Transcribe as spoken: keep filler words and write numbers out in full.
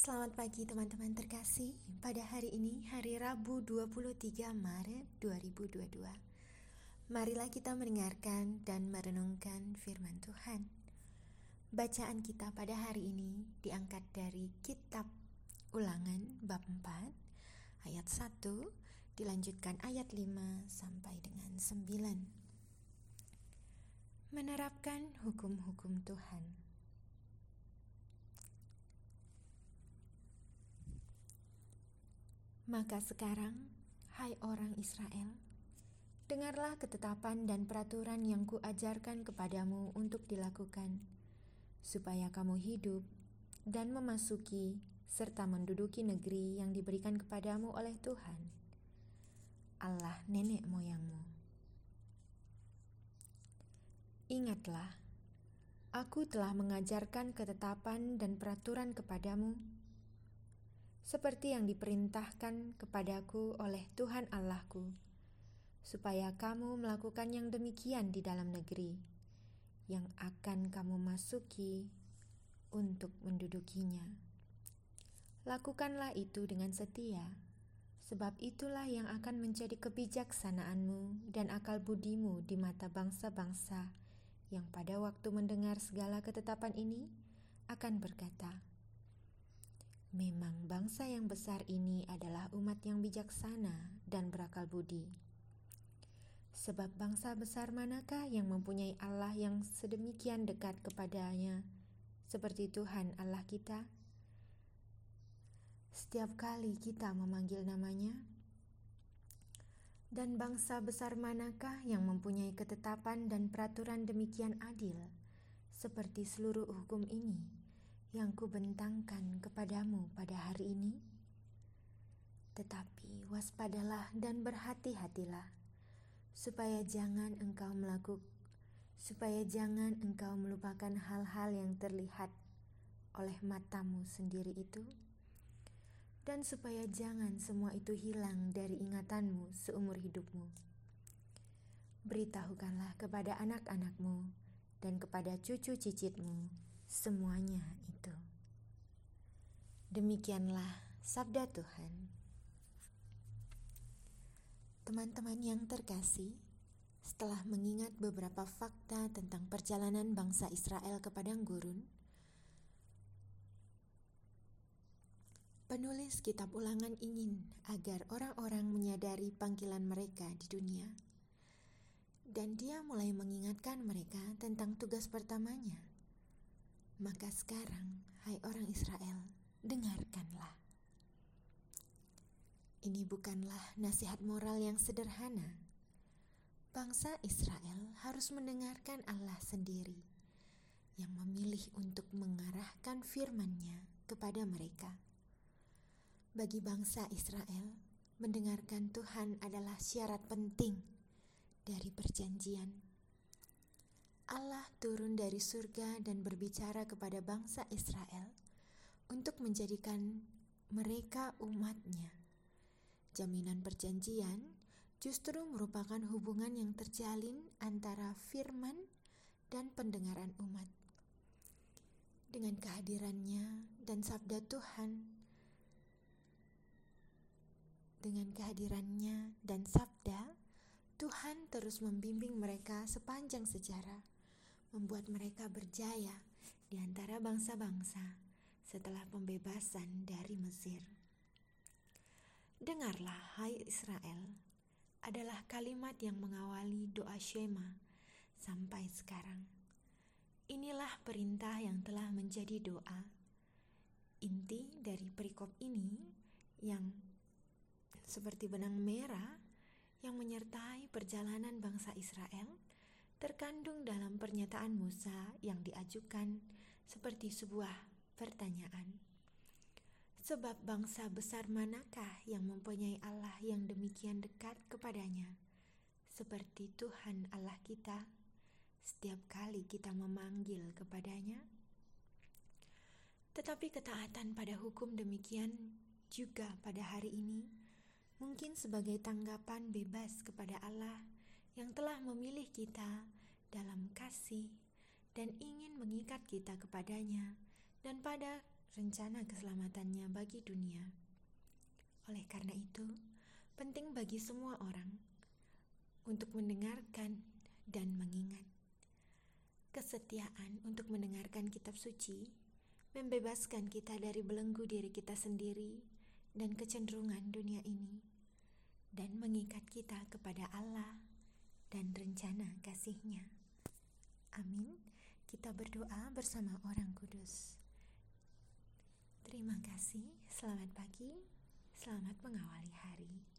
Selamat pagi teman-teman terkasih. Pada hari ini, hari Rabu dua puluh tiga Maret dua ribu dua puluh dua. Marilah kita mendengarkan dan merenungkan firman Tuhan. Bacaan kita pada hari ini diangkat dari kitab Ulangan bab empat ayat satu, dilanjutkan ayat lima sampai dengan sembilan. Menerapkan hukum-hukum Tuhan. Maka sekarang, hai orang Israel, dengarlah ketetapan dan peraturan yang kuajarkan kepadamu untuk dilakukan, supaya kamu hidup dan memasuki serta menduduki negeri yang diberikan kepadamu oleh Tuhan, Allah nenek moyangmu. Ingatlah, aku telah mengajarkan ketetapan dan peraturan kepadamu, seperti yang diperintahkan kepadaku oleh Tuhan Allahku, supaya kamu melakukan yang demikian di dalam negeri yang akan kamu masuki untuk mendudukinya. Lakukanlah itu dengan setia, sebab itulah yang akan menjadi kebijaksanaanmu dan akal budimu di mata bangsa-bangsa yang pada waktu mendengar segala ketetapan ini akan berkata, memang bangsa yang besar ini adalah umat yang bijaksana dan berakal budi. Sebab bangsa besar manakah yang mempunyai Allah yang sedemikian dekat kepadanya seperti Tuhan Allah kita? Setiap kali kita memanggil namanya. Dan bangsa besar manakah yang mempunyai ketetapan dan peraturan demikian adil seperti seluruh hukum ini yang kubentangkan kepadamu pada hari ini? Tetapi waspadalah dan berhati-hatilah, supaya jangan engkau melakukan, supaya jangan engkau melupakan hal-hal yang terlihat oleh matamu sendiri itu, dan supaya jangan semua itu hilang dari ingatanmu seumur hidupmu. Beritahukanlah kepada anak-anakmu dan kepada cucu cicitmu semuanya itu. Demikianlah sabda Tuhan. Teman-teman yang terkasih, setelah mengingat beberapa fakta tentang perjalanan bangsa Israel ke padang gurun, penulis kitab Ulangan ingin agar orang-orang menyadari panggilan mereka di dunia, dan dia mulai mengingatkan mereka tentang tugas pertamanya. Maka sekarang, hai orang Israel, dengarkanlah. Ini bukanlah nasihat moral yang sederhana. Bangsa Israel harus mendengarkan Allah sendiri yang memilih untuk mengarahkan firman-Nya kepada mereka. Bagi bangsa Israel, mendengarkan Tuhan adalah syarat penting dari perjanjian. Allah turun dari surga dan berbicara kepada bangsa Israel untuk menjadikan mereka umat-Nya. Jaminan perjanjian justru merupakan hubungan yang terjalin antara firman dan pendengaran umat. Dengan kehadirannya dan sabda Tuhan, dengan kehadirannya dan sabda, Tuhan terus membimbing mereka sepanjang sejarah, membuat mereka berjaya di antara bangsa-bangsa setelah pembebasan dari Mesir. Dengarlah, hai Israel, adalah kalimat yang mengawali doa Shema sampai sekarang. Inilah perintah yang telah menjadi doa. Inti dari perikop ini yang seperti benang merah yang menyertai perjalanan bangsa Israel terkandung dalam pernyataan Musa yang diajukan seperti sebuah pertanyaan. Sebab bangsa besar manakah yang mempunyai Allah yang demikian dekat kepadanya, seperti Tuhan Allah kita, setiap kali kita memanggil kepadanya? Tetapi ketaatan pada hukum demikian juga pada hari ini mungkin sebagai tanggapan bebas kepada Allah yang telah memilih kita dalam kasih dan ingin mengikat kita kepadanya dan pada rencana keselamatannya bagi dunia. Oleh karena itu, penting bagi semua orang untuk mendengarkan dan mengingat. Kesetiaan untuk mendengarkan kitab suci membebaskan kita dari belenggu diri kita sendiri dan kecenderungan dunia ini, dan mengikat kita kepada Allah dan rencana kasih-Nya. Amin. Kita berdoa bersama orang kudus. Terima kasih, selamat pagi, selamat mengawali hari.